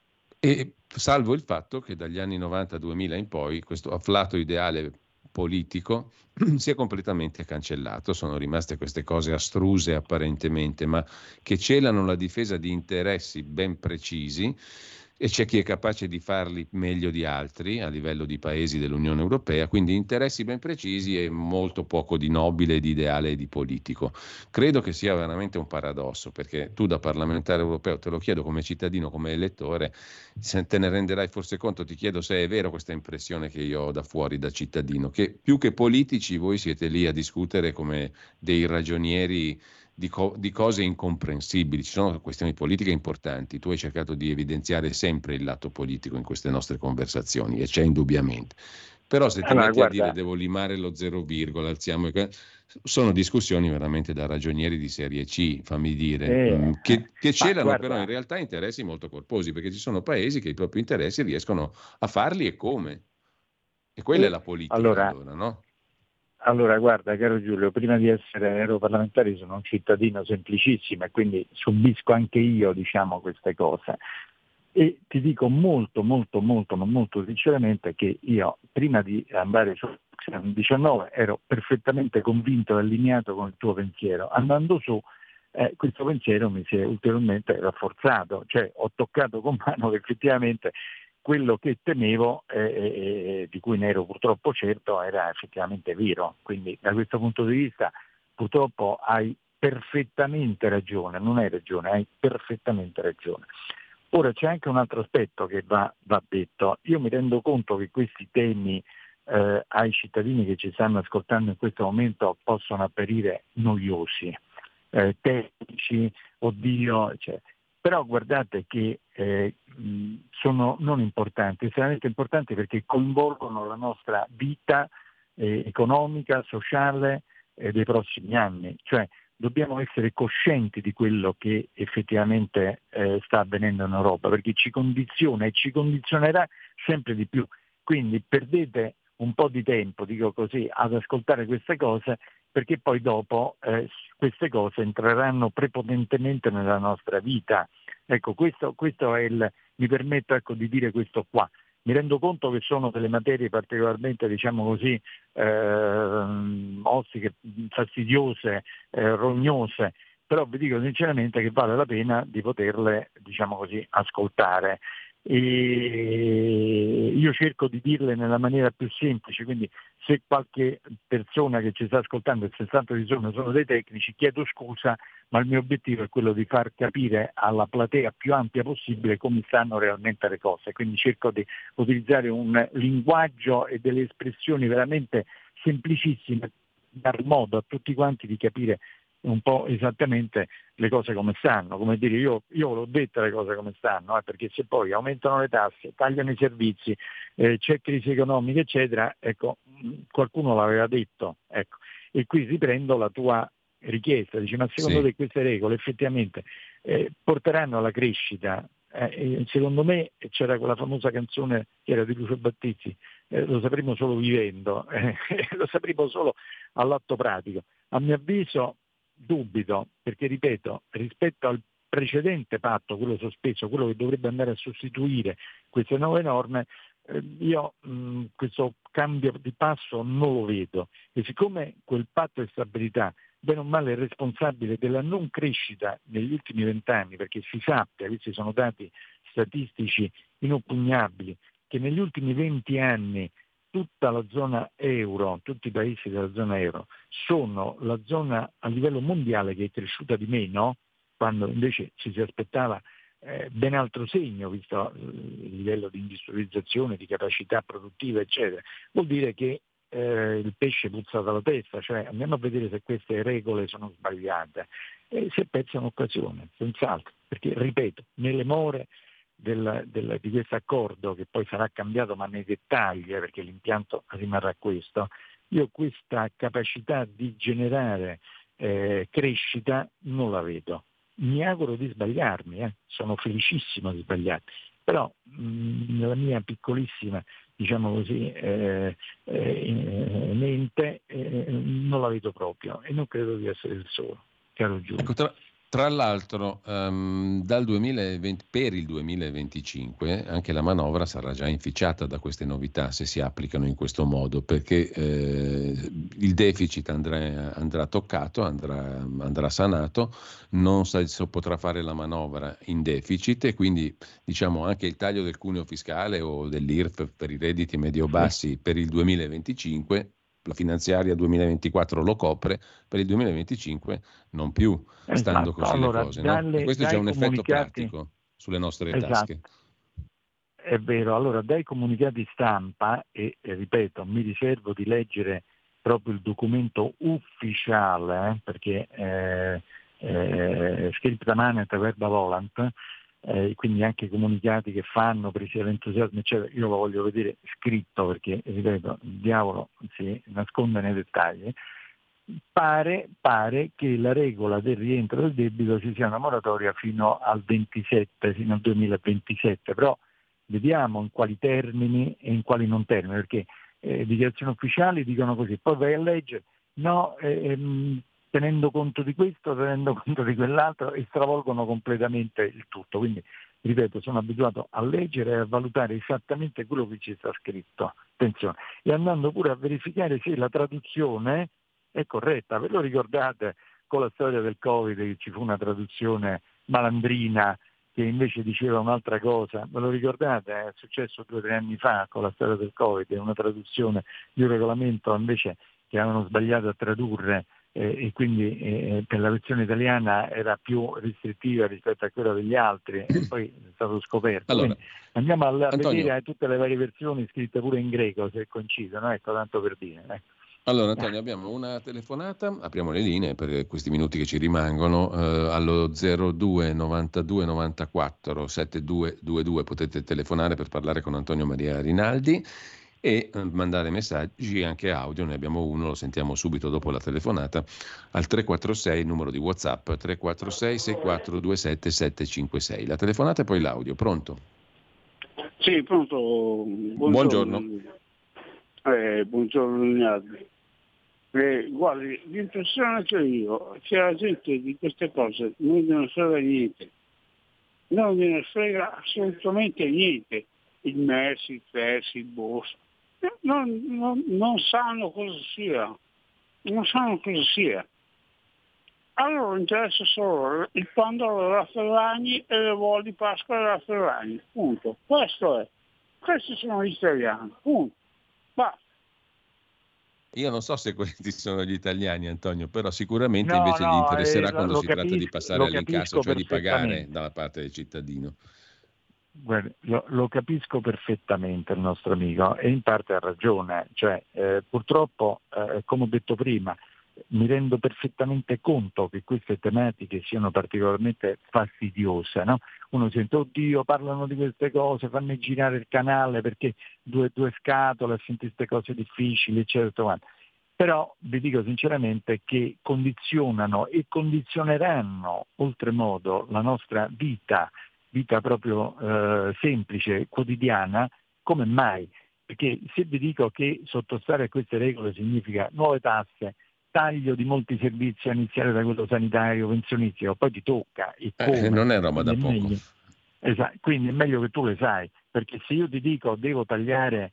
E salvo il fatto che dagli anni 90-2000 in poi questo afflato ideale politico si è completamente cancellato, sono rimaste queste cose astruse apparentemente, ma che celano la difesa di interessi ben precisi e c'è chi è capace di farli meglio di altri a livello di paesi dell'Unione Europea, quindi interessi ben precisi e molto poco di nobile, di ideale e di politico. Credo che sia veramente un paradosso, perché tu da parlamentare europeo, te lo chiedo come cittadino, come elettore, se te ne renderai forse conto, ti chiedo se è vero questa impressione che io ho da fuori, da cittadino, che più che politici voi siete lì a discutere come dei ragionieri di cose incomprensibili. Ci sono questioni politiche importanti, tu hai cercato di evidenziare sempre il lato politico in queste nostre conversazioni e c'è indubbiamente. Però se ti Allora, metti a guarda, dire devo limare lo zero virgola, alziamo sono discussioni veramente da ragionieri di serie C, fammi dire, che celano però in realtà interessi molto corposi, perché ci sono paesi che i propri interessi riescono a farli e come. E quella è la politica allora, no? Allora, guarda, caro Giulio, prima di essere europarlamentare sono un cittadino semplicissimo e quindi subisco anche io, diciamo, queste cose. E ti dico molto, molto, molto, ma molto sinceramente che io prima di andare su 19 ero perfettamente convinto e allineato con il tuo pensiero. Andando su, questo pensiero mi si è ulteriormente rafforzato, cioè ho toccato con mano che effettivamente quello che temevo di cui ne ero purtroppo certo era effettivamente vero. Quindi da questo punto di vista purtroppo hai perfettamente ragione, non hai ragione, hai perfettamente ragione. Ora c'è anche un altro aspetto che va detto. Io mi rendo conto che questi temi ai cittadini che ci stanno ascoltando in questo momento possono apparire noiosi, tecnici, oddio, cioè. Però guardate che sono non importanti, estremamente importanti perché coinvolgono la nostra vita economica, sociale dei prossimi anni. Cioè dobbiamo essere coscienti di quello che effettivamente sta avvenendo in Europa, perché ci condiziona e ci condizionerà sempre di più. Quindi perdete un po' di tempo, dico così, ad ascoltare queste cose, perché poi dopo queste cose entreranno prepotentemente nella nostra vita. Ecco, questo è mi permetto di dire questo qua. Mi rendo conto che sono delle materie particolarmente, diciamo così, ostiche, fastidiose, rognose, però vi dico sinceramente che vale la pena di poterle, diciamo così, ascoltare. E io cerco di dirle nella maniera più semplice, quindi se qualche persona che ci sta ascoltando, il 60% sono dei tecnici, chiedo scusa, ma il mio obiettivo è quello di far capire alla platea più ampia possibile come stanno realmente le cose, quindi cerco di utilizzare un linguaggio e delle espressioni veramente semplicissime, dar modo a tutti quanti di capire un po' esattamente le cose come stanno, come dire io l'ho detta le cose come stanno, perché se poi aumentano le tasse, tagliano i servizi, c'è crisi economica eccetera, ecco, qualcuno l'aveva detto, ecco. E qui riprendo la tua richiesta, dice ma secondo te queste regole effettivamente porteranno alla crescita? Secondo me c'era quella famosa canzone che era di Lucio Battisti, lo sapremo solo vivendo, lo sapremo solo all'atto pratico. A mio avviso dubito, perché ripeto, rispetto al precedente patto, quello sospeso, quello che dovrebbe andare a sostituire queste nuove norme, io questo cambio di passo non lo vedo. E siccome quel patto di stabilità bene o male è responsabile della non crescita negli ultimi 20 anni, perché si sappia, questi sono dati statistici inoppugnabili, che negli ultimi 20 anni tutta la zona euro, tutti i paesi della zona euro, sono la zona a livello mondiale che è cresciuta di meno, quando invece ci si aspettava ben altro segno, visto il livello di industrializzazione, di capacità produttiva, eccetera. Vuol dire che il pesce puzza dalla testa, cioè andiamo a vedere se queste regole sono sbagliate. Si è persa un'occasione, senz'altro, perché ripeto, nelle more di questo accordo, che poi sarà cambiato ma nei dettagli, perché l'impianto rimarrà questo, io questa capacità di generare crescita non la vedo. Mi auguro di sbagliarmi, sono felicissimo di sbagliarmi, però nella mia piccolissima, diciamo così, mente non la vedo proprio, e non credo di essere il solo, caro Giulio. Ecco, tra l'altro, dal 2020, per il 2025 anche la manovra sarà già inficiata da queste novità, se si applicano in questo modo, perché il deficit andrà toccato, andrà sanato, non si potrà fare la manovra in deficit, e quindi diciamo anche il taglio del cuneo fiscale o dell'IRF per i redditi medio-bassi per il 2025, la finanziaria 2024 lo copre, per il 2025 non più, stando così allora, le cose, no? E questo è già un effetto pratico sulle nostre tasche. È vero, allora dai comunicati stampa, e ripeto, mi riservo di leggere proprio il documento ufficiale, perché scripta manet verba volant, quindi anche i comunicati che fanno, presi dall'entusiasmo, eccetera, io lo voglio vedere scritto, perché, ripeto, il diavolo si nasconde nei dettagli. Pare che la regola del rientro del debito ci sia una moratoria fino al 2027, però vediamo in quali termini e in quali non termini, perché dichiarazioni ufficiali dicono così, poi vai a leggere, no, tenendo conto di questo, tenendo conto di quell'altro, e stravolgono completamente il tutto. Quindi, ripeto, sono abituato a leggere e a valutare esattamente quello che ci sta scritto, attenzione, e andando pure a verificare se la traduzione è corretta. Ve lo ricordate con la storia del Covid, che ci fu una traduzione malandrina che invece diceva un'altra cosa? Ve lo ricordate? È successo 2 o 3 anni fa con la storia del Covid, una traduzione di un regolamento invece che avevano sbagliato a tradurre, e quindi per la versione italiana era più restrittiva rispetto a quella degli altri, e poi è stato scoperto. Allora, quindi andiamo a Antonio, vedere tutte le varie versioni scritte pure in greco, se coincidono, ecco, tanto per dire. Allora, Antonio, abbiamo una telefonata, apriamo le linee per questi minuti che ci rimangono, allo 02 92 94 7222 potete telefonare per parlare con Antonio Maria Rinaldi e mandare messaggi anche audio, ne abbiamo uno, lo sentiamo subito dopo la telefonata, al 346, il numero di WhatsApp, 346 6427 756. La telefonata e poi l'audio, pronto? Sì, pronto. Buongiorno. Buongiorno Rinaldi. Guardi, l'impressione che io, che la gente di queste cose non gliene frega niente, non gliene frega assolutamente niente, il MES, il FES, il BOS, non sanno cosa sia, non sanno cosa sia. A loro interessa solo il pandoro della Ferragni e le uova di Pasqua della Ferragni, punto. Questi sono gli italiani, punto. Basta. Io non so se questi sono gli italiani, Antonio, però sicuramente invece gli interesserà quando si tratta di passare all'incasso, cioè di pagare dalla parte del cittadino. Guarda, lo capisco perfettamente il nostro amico, e in parte ha ragione, cioè purtroppo, come ho detto prima, mi rendo perfettamente conto che queste tematiche siano particolarmente fastidiose, no? Uno sente, oddio, parlano di queste cose, fanno girare il canale perché due scatole a sentire queste cose difficili, eccetera. Però vi dico sinceramente che condizionano e condizioneranno oltremodo la nostra vita proprio semplice, quotidiana, come mai? Perché se vi dico che sottostare a queste regole significa nuove tasse, taglio di molti servizi, a iniziare da quello sanitario, pensionistico, poi ti tocca e come. Non è roba da poco. Esatto, quindi è meglio che tu le sai, perché se io ti dico devo tagliare,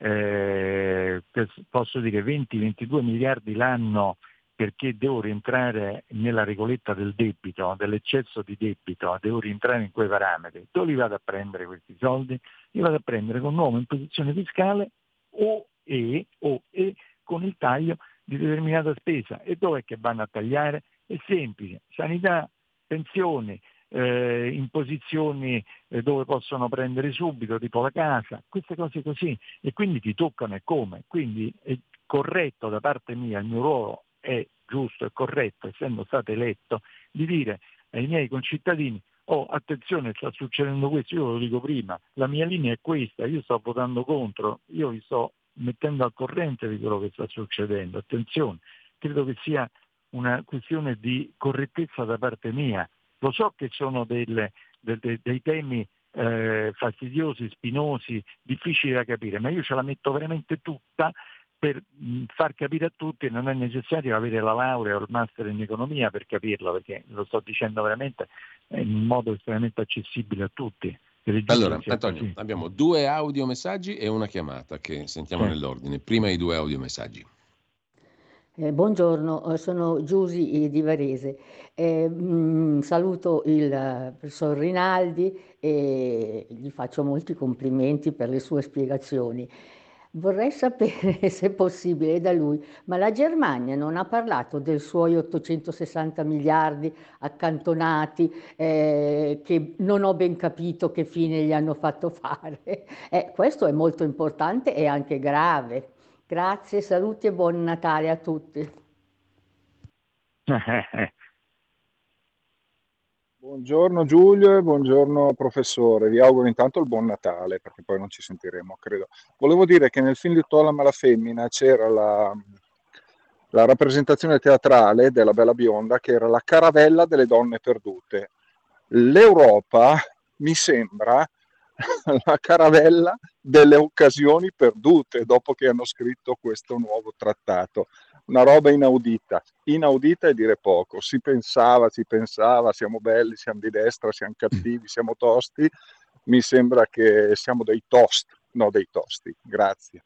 posso dire 20-22 miliardi l'anno perché devo rientrare nella regoletta del debito, dell'eccesso di debito, devo rientrare in quei parametri, dove li vado a prendere questi soldi? Li vado a prendere con nuova imposizione fiscale o con il taglio di determinata spesa. E dov'è che vanno a tagliare? È semplice, sanità, pensioni, imposizioni dove possono prendere subito, tipo la casa, queste cose così, e quindi ti toccano e come. Quindi è corretto da parte mia, il mio ruolo è giusto e corretto, essendo stato eletto, di dire ai miei concittadini: attenzione, sta succedendo questo, io lo dico prima, la mia linea è questa, io sto votando contro, io vi sto mettendo al corrente di quello che sta succedendo, attenzione, credo che sia una questione di correttezza da parte mia. Lo so che sono dei temi fastidiosi, spinosi, difficili da capire, ma io ce la metto veramente tutta per far capire a tutti, non è necessario avere la laurea o il master in economia per capirlo, perché lo sto dicendo veramente in un modo estremamente accessibile a tutti. Allora, Antonio, abbiamo 2 audiomessaggi e una chiamata che sentiamo nell'ordine. Prima i 2 audiomessaggi. Buongiorno, sono Giusy di Varese. Saluto il professor Rinaldi e gli faccio molti complimenti per le sue spiegazioni. Vorrei sapere, se è possibile, da lui, ma la Germania non ha parlato dei suoi 860 miliardi accantonati che non ho ben capito che fine gli hanno fatto fare. Questo è molto importante e anche grave. Grazie, saluti e buon Natale a tutti. Buongiorno Giulio e buongiorno professore, vi auguro intanto il buon Natale perché poi non ci sentiremo, credo. Volevo dire che nel film di Tolam alla femmina c'era la rappresentazione teatrale della Bella Bionda che era la caravella delle donne perdute. L'Europa mi sembra la caravella delle occasioni perdute dopo che hanno scritto questo nuovo trattato. Una roba inaudita e dire poco. Si pensava, siamo belli, siamo di destra, siamo cattivi, siamo tosti. Mi sembra che siamo dei toast, no dei tosti. Grazie.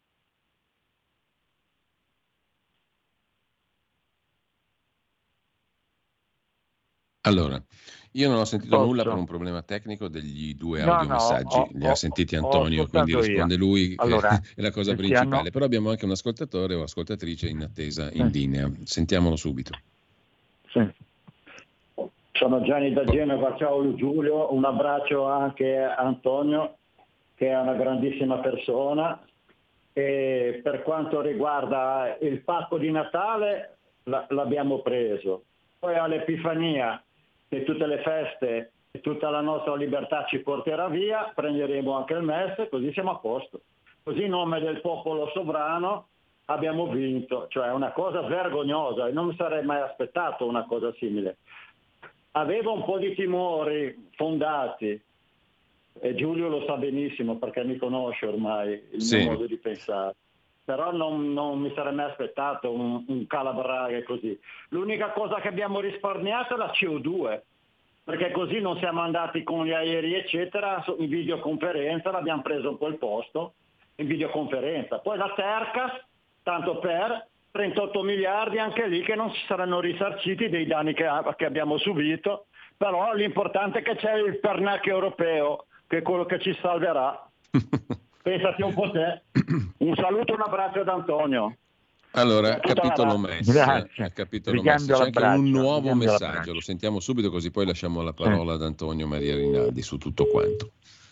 Allora, io non ho sentito nulla per un problema tecnico degli 2 audiomessaggi, li ha sentiti Antonio, quindi risponde lui, allora, che è la cosa principale. Però abbiamo anche un ascoltatore o ascoltatrice in attesa, in linea. Sentiamolo subito. Sì. Sono Gianni da Genova, ciao Giulio, un abbraccio anche a Antonio, che è una grandissima persona. E per quanto riguarda il pacco di Natale, l'abbiamo preso. Poi all'Epifania, che tutte le feste e tutta la nostra libertà ci porterà via, prenderemo anche il MES, così siamo a posto. Così in nome del popolo sovrano abbiamo vinto, cioè è una cosa vergognosa e non mi sarei mai aspettato una cosa simile. Avevo un po' di timori fondati e Giulio lo sa benissimo perché mi conosce ormai il mio modo di pensare. Però non mi sarei mai aspettato un calabrare così. L'unica cosa che abbiamo risparmiato è la CO2, perché così non siamo andati con gli aerei eccetera, in videoconferenza l'abbiamo preso un po' il posto, in videoconferenza. Poi la Tercas, tanto per 38 miliardi anche lì che non si saranno risarciti dei danni che abbiamo subito, però l'importante è che c'è il PERNAC europeo, che è quello che ci salverà. Pensati un po' te. Un saluto e un abbraccio ad Antonio. Allora, capitolo MES. C'è anche un nuovo messaggio, lo sentiamo subito così poi lasciamo la parola ad Antonio Maria Rinaldi su tutto quanto.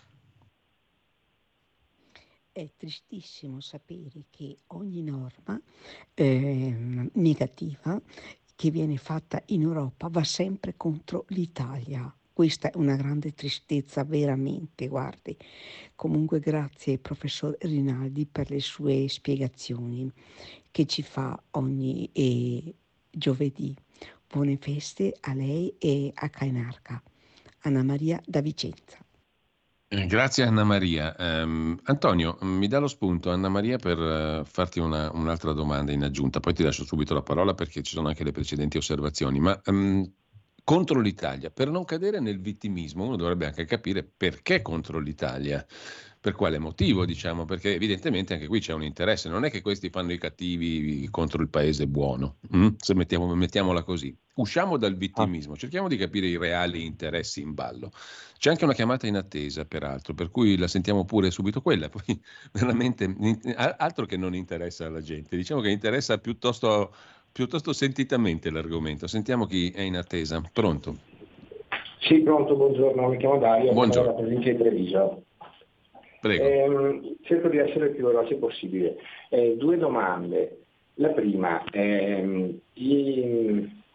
È tristissimo sapere che ogni norma negativa che viene fatta in Europa va sempre contro l'Italia. Questa è una grande tristezza, veramente, guardi. Comunque grazie professor Rinaldi per le sue spiegazioni che ci fa ogni giovedì. Buone feste a lei e a Cainarca. Anna Maria da Vicenza. Grazie Anna Maria. Antonio, mi dà lo spunto Anna Maria per farti un'altra domanda in aggiunta, poi ti lascio subito la parola perché ci sono anche le precedenti osservazioni, ma contro l'Italia, per non cadere nel vittimismo, uno dovrebbe anche capire perché contro l'Italia, per quale motivo, diciamo, perché evidentemente anche qui c'è un interesse, non è che questi fanno i cattivi contro il paese buono, se mettiamola così. Usciamo dal vittimismo, cerchiamo di capire i reali interessi in ballo. C'è anche una chiamata in attesa, peraltro, per cui la sentiamo pure subito quella, poi veramente altro che non interessa alla gente, diciamo che interessa piuttosto sentitamente l'argomento. Sentiamo chi è in attesa. Pronto? Sì, pronto, buongiorno, mi chiamo Dario, sono dalla provincia di Treviso. Prego. Cerco di essere il più veloce possibile. 2 domande. La prima, i parametri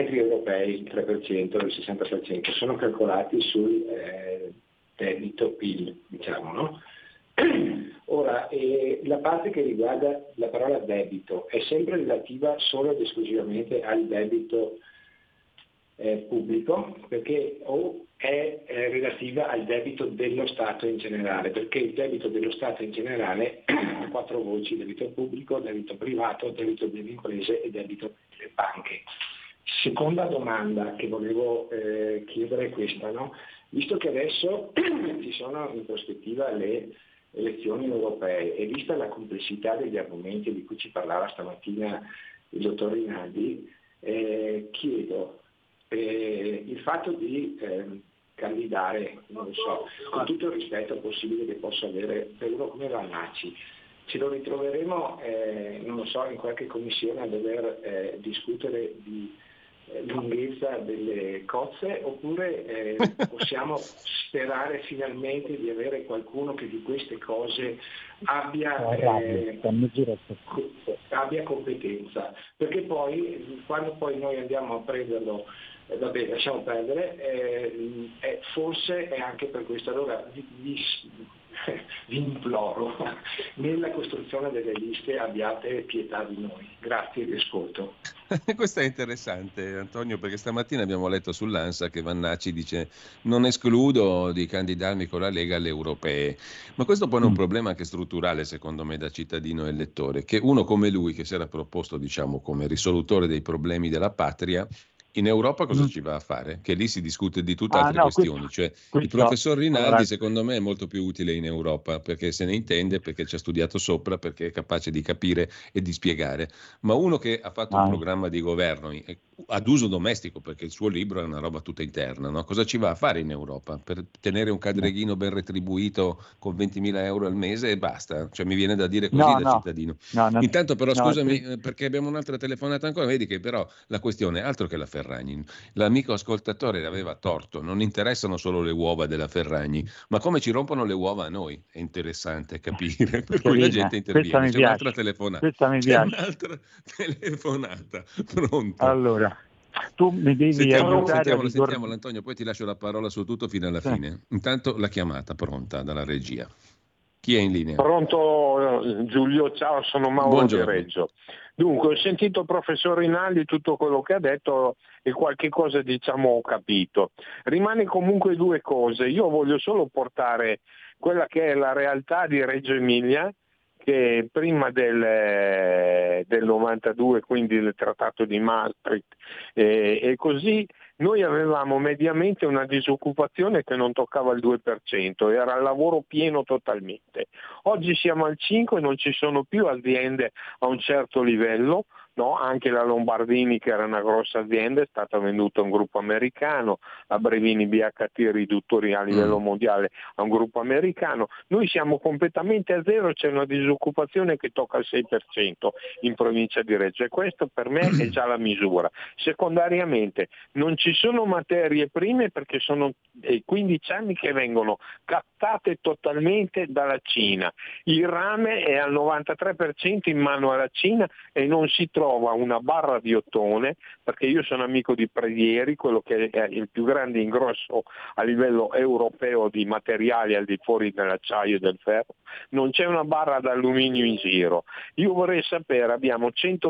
parametri europei, il 3%, il 60%, sono calcolati sul debito PIL, diciamo, no? Ora, la parte che riguarda la parola debito è sempre relativa solo ed esclusivamente al debito pubblico, perché o è relativa al debito dello Stato in generale, perché il debito dello Stato in generale ha 4 voci: debito pubblico, debito privato, debito delle imprese e debito delle banche. Seconda domanda che volevo chiedere è questa, no? Visto che adesso ci sono in prospettiva le elezioni europee e vista la complessità degli argomenti di cui ci parlava stamattina il dottor Rinaldi, chiedo il fatto di candidare, non lo so, con tutto il rispetto possibile che possa avere per uno come Vannacci, ce lo ritroveremo, non lo so, in qualche commissione a dover discutere di lunghezza delle cozze, oppure possiamo sperare finalmente di avere qualcuno che di queste cose abbia competenza, perché poi quando poi noi andiamo a prenderlo, vabbè, lasciamo perdere, forse è anche per questo. Allora vi imploro, nella costruzione delle liste abbiate pietà di noi. Grazie, vi ascolto. Questo è interessante, Antonio, perché stamattina abbiamo letto sull'ANSA che Vannacci dice: non escludo di candidarmi con la Lega alle europee. Ma questo pone un problema anche strutturale, secondo me, da cittadino e elettore, che uno come lui, che si era proposto, diciamo, come risolutore dei problemi della patria, in Europa cosa ci va a fare? Che lì si discute di tutt'altre questioni. Il professor Rinaldi, secondo me, è molto più utile in Europa, perché se ne intende, perché ci ha studiato sopra, perché è capace di capire e di spiegare. Ma uno che ha fatto un programma di governo ad uso domestico, perché il suo libro è una roba tutta interna, no? Cosa ci va a fare in Europa? Per tenere un cadreghino ben retribuito con 20.000 euro al mese e basta? Cioè, mi viene da dire così cittadino. Intanto però, scusami, perché abbiamo un'altra telefonata ancora, vedi che però la questione è altro che la Ferragni. L'amico ascoltatore aveva torto, non interessano solo le uova della Ferragni, ma come ci rompono le uova a noi è interessante capire, per cui la gente interviene. C'è un'altra telefonata. Un'altra telefonata. Pronto? Allora, tu mi devi aiutare. Sentiamolo, Antonio, poi ti lascio la parola su tutto fino alla fine. Intanto la chiamata pronta dalla regia. Chi è in linea? Pronto Giulio, ciao, sono Mauro di Reggio. Dunque, ho sentito il professor Rinaldi, tutto quello che ha detto e qualche cosa diciamo ho capito. Rimane comunque 2 cose. Io voglio solo portare quella che è la realtà di Reggio Emilia, che prima del 92, quindi del Trattato di Maastricht, e così noi avevamo mediamente una disoccupazione che non toccava il 2%, era il lavoro pieno totalmente. Oggi siamo al 5%, non ci sono più aziende a un certo livello, no? Anche la Lombardini, che era una grossa azienda, è stata venduta a un gruppo americano, la Brevini BHT riduttori a livello mondiale a un gruppo americano. Noi siamo completamente a zero, c'è una disoccupazione che tocca il 6% in provincia di Reggio, e questo per me è già la misura. Secondariamente non ci sono materie prime, perché sono 15 anni che vengono captate totalmente dalla Cina. Il rame è al 93% in mano alla Cina e non si trova una barra di ottone, perché io sono amico di Predieri, quello che è il più grande ingrosso a livello europeo di materiali al di fuori dell'acciaio e del ferro, non c'è una barra d'alluminio in giro. Io vorrei sapere, abbiamo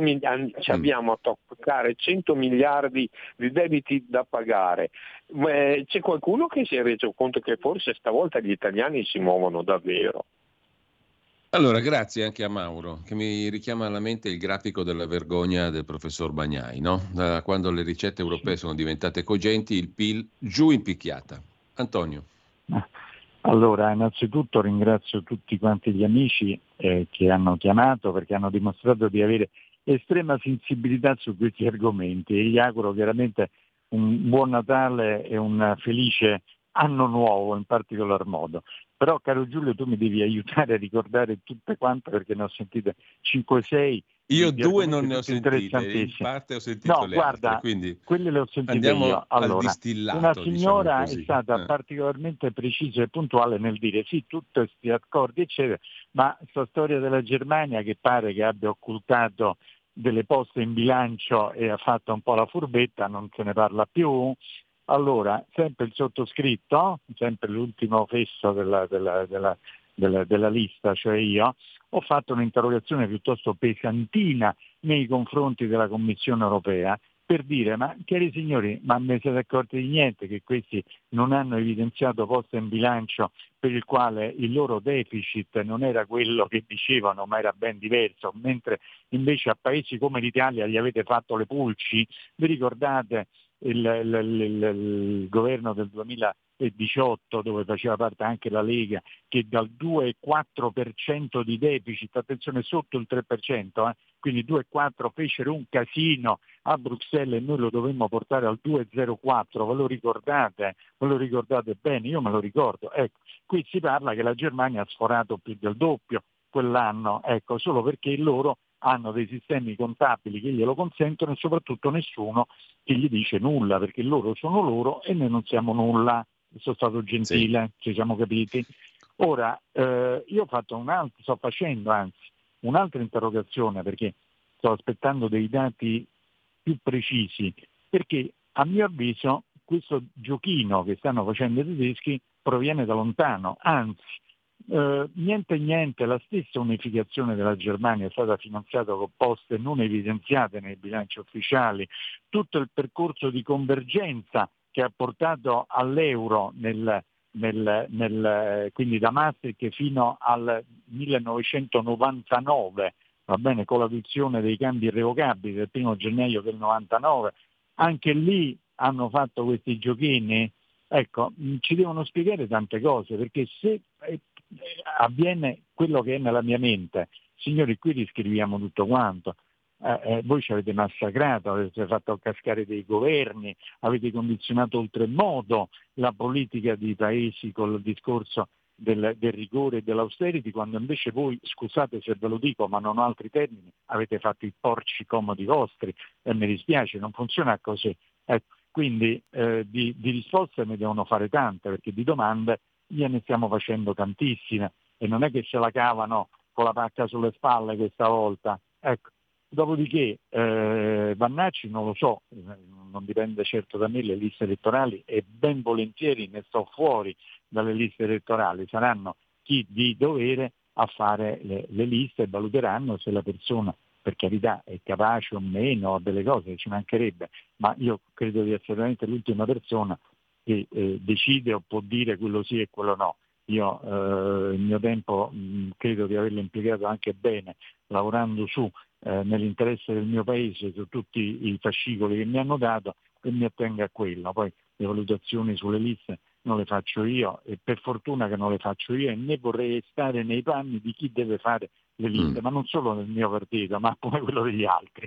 a toccare 100 miliardi di debiti da pagare. C'è qualcuno che si è reso conto che forse stavolta gli italiani si muovono davvero? Allora, grazie anche a Mauro, che mi richiama alla mente il grafico della vergogna del professor Bagnai, no? Da quando le ricette europee sono diventate cogenti, il PIL giù in picchiata. Antonio. Allora, innanzitutto ringrazio tutti quanti gli amici che hanno chiamato, perché hanno dimostrato di avere estrema sensibilità su questi argomenti, e gli auguro chiaramente un buon Natale e un felice anno nuovo in particolar modo. Però, caro Giulio, tu mi devi aiutare a ricordare tutte quante, perché ne ho sentite 5-6. Io 2 non ne ho sentite, in parte ho sentito le altre, quindi quelle le ho sentite andiamo io. Allora, al distillato. Una signora diciamo è stata particolarmente precisa e puntuale nel dire sì, tutti questi accordi eccetera, ma questa storia della Germania, che pare che abbia occultato delle poste in bilancio e ha fatto un po' la furbetta, non se ne parla più. Allora, sempre il sottoscritto, sempre l'ultimo fesso della lista, cioè io, ho fatto un'interrogazione piuttosto pesantina nei confronti della Commissione europea per dire: ma cari signori, ma vi siete accorti di niente che questi non hanno evidenziato posta in bilancio per il quale il loro deficit non era quello che dicevano ma era ben diverso, mentre invece a paesi come l'Italia gli avete fatto le pulci? Vi ricordate il governo del 2018 dove faceva parte anche la Lega, che dal 2,4% di deficit, attenzione sotto il 3%, quindi 2,4 fecero un casino a Bruxelles e noi lo dovemmo portare al 2,04, ve lo ricordate? Ve lo ricordate bene? Io me lo ricordo. Ecco, qui si parla che la Germania ha sforato più del doppio quell'anno, ecco, solo perché loro hanno dei sistemi contabili che glielo consentono e soprattutto nessuno che gli dice nulla, perché loro sono loro e noi non siamo nulla. Sono stato gentile, sì. Ci siamo capiti. Ora, io sto facendo un'altra interrogazione, perché sto aspettando dei dati più precisi, perché a mio avviso questo giochino che stanno facendo i tedeschi proviene da lontano, anzi niente, la stessa unificazione della Germania è stata finanziata con poste non evidenziate nei bilanci ufficiali, tutto il percorso di convergenza che ha portato all'euro quindi da Maastricht fino al 1999, va bene, con l'adozione dei cambi irrevocabili del 1 gennaio del 99, anche lì hanno fatto questi giochini. Ecco, ci devono spiegare tante cose, perché se avviene quello che è nella mia mente, signori, qui riscriviamo tutto quanto. Voi ci avete massacrato, avete fatto cascare dei governi, avete condizionato oltremodo la politica di paesi col discorso del rigore e dell'austerity, quando invece voi, scusate se ve lo dico ma non ho altri termini, avete fatto i porci comodi vostri e mi dispiace, non funziona così. Quindi di risposte ne devono fare tante, perché di domande ne stiamo facendo tantissime e non è che ce la cavano con la pacca sulle spalle questa volta. Ecco. Dopodiché Vannacci non lo so, non dipende certo da me le liste elettorali e ben volentieri ne sto fuori dalle liste elettorali, saranno chi di dovere a fare le liste e valuteranno se la persona, per carità, è capace o meno a delle cose, ci mancherebbe, ma io credo di essere veramente l'ultima persona che decide o può dire quello sì e quello no. Io il mio tempo credo di averlo impiegato anche bene, lavorando nell'interesse del mio paese, su tutti i fascicoli che mi hanno dato, e mi attengo a quello. Poi le valutazioni sulle liste non le faccio io, e per fortuna che non le faccio io, e né vorrei stare nei panni di chi deve fare le liste, ma non solo nel mio partito, ma come quello degli altri,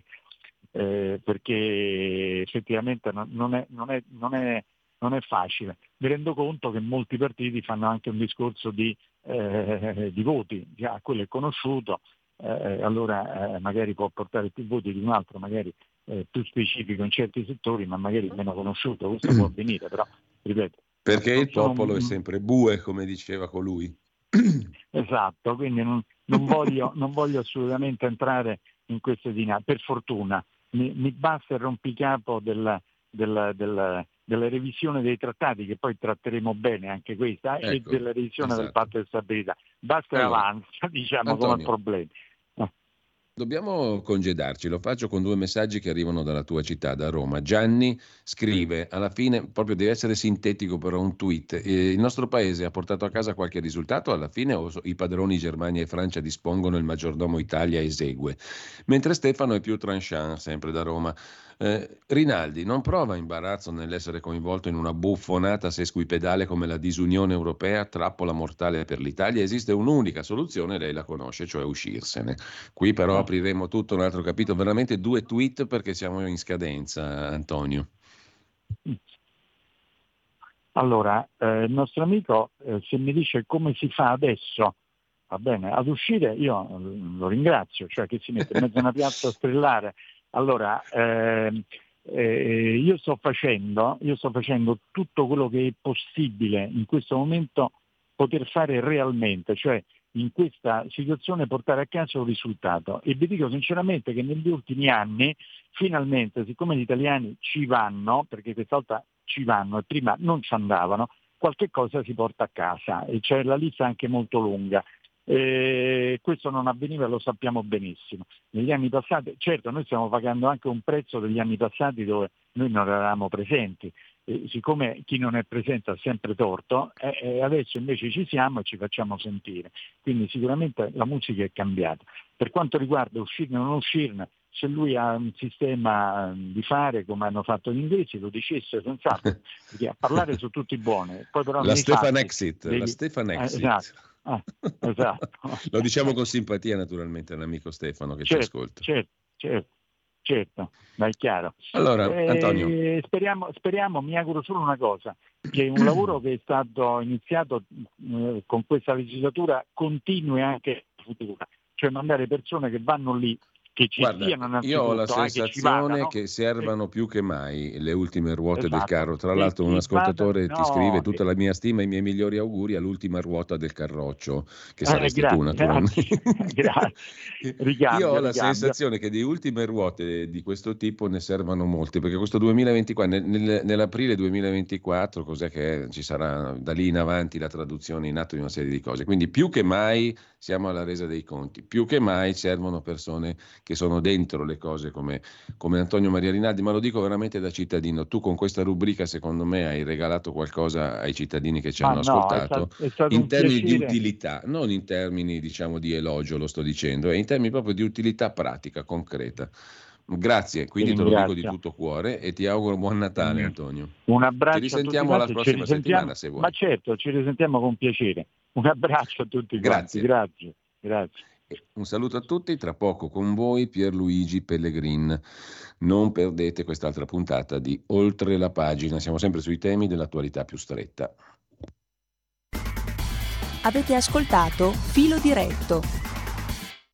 perché effettivamente non è facile. Mi rendo conto che molti partiti fanno anche un discorso di voti, già quello è conosciuto, allora magari può portare più voti di un altro, magari più specifico in certi settori, ma magari meno conosciuto, questo può avvenire, però ripeto. Perché il popolo è sempre bue, come diceva colui. Esatto, quindi non voglio assolutamente entrare in queste dinamiche, per fortuna. Mi basta il rompicapo della revisione dei trattati, che poi tratteremo bene anche questa, ecco, e della revisione del patto di stabilità. Basta l'avanza, diciamo, Antonio, come problemi. Dobbiamo congedarci, lo faccio con 2 messaggi che arrivano dalla tua città, da Roma. Gianni scrive, alla fine, proprio deve essere sintetico però un tweet, il nostro paese ha portato a casa qualche risultato alla fine o i padroni Germania e Francia dispongono, il maggiordomo Italia esegue? Mentre Stefano è più tranchant, sempre da Roma. Rinaldi non prova imbarazzo nell'essere coinvolto in una buffonata sesquipedale come la disunione europea, trappola mortale per l'Italia? Esiste un'unica soluzione, lei la conosce, cioè uscirsene. Qui però apriremo tutto un altro capitolo, veramente 2 tweet perché siamo in scadenza, Antonio. Allora, il nostro amico se mi dice come si fa adesso, va bene, ad uscire, io lo ringrazio, cioè che si mette in mezzo a una piazza a strillare. Allora, io sto facendo tutto quello che è possibile in questo momento poter fare realmente, cioè in questa situazione portare a casa un risultato. E vi dico sinceramente che negli ultimi anni, finalmente, siccome gli italiani ci vanno, perché questa volta ci vanno e prima non ci andavano, qualche cosa si porta a casa e c'è la lista anche molto lunga. Questo non avveniva, lo sappiamo benissimo. Negli anni passati, certo, noi stiamo pagando anche un prezzo degli anni passati dove noi non eravamo presenti. Siccome chi non è presente ha sempre torto, adesso invece ci siamo e ci facciamo sentire. Quindi sicuramente la musica è cambiata. Per quanto riguarda uscirne o non uscirne, se lui ha un sistema di fare come hanno fatto gli inglesi, lo dicesse senz'altro, perché a parlare su tutti buoni. Poi però la Stefan Exit. Esatto. Esatto. Lo diciamo con simpatia naturalmente all'amico Stefano che ci ascolta. Certo, ma è chiaro. Allora, Antonio. Speriamo, mi auguro solo una cosa, che un lavoro che è stato iniziato con questa legislatura continui anche in futuro, cioè mandare persone che vanno lì, che ci stiano. Io ho la sensazione che servano più che mai le ultime ruote del carro. Tra l'altro un ascoltatore ti scrive: tutta la mia stima e i miei migliori auguri all'ultima ruota del carroccio, che saresti tu naturalmente. Grazie. Io ho la sensazione che di ultime ruote di questo tipo ne servano molte, perché questo 2024, nell'aprile 2024, cos'è che ci sarà da lì in avanti la traduzione in atto di una serie di cose. Quindi più che mai siamo alla resa dei conti, più che mai servono persone che sono dentro le cose come Antonio Maria Rinaldi, ma lo dico veramente da cittadino. Tu con questa rubrica secondo me hai regalato qualcosa ai cittadini che ci hanno ascoltato, è stato in termini piacere. di utilità, non in termini diciamo di elogio, lo sto dicendo, in termini proprio di utilità pratica, concreta. Grazie, quindi te lo dico di tutto cuore e ti auguro buon Natale, Antonio. Un abbraccio. Ci risentiamo la prossima settimana se vuoi. Ma certo, ci risentiamo con piacere. Un abbraccio a tutti. Grazie. Grazie. Un saluto a tutti, tra poco con voi Pierluigi Pellegrin. Non perdete quest'altra puntata di Oltre la pagina, siamo sempre sui temi dell'attualità più stretta. Avete ascoltato Filo Diretto.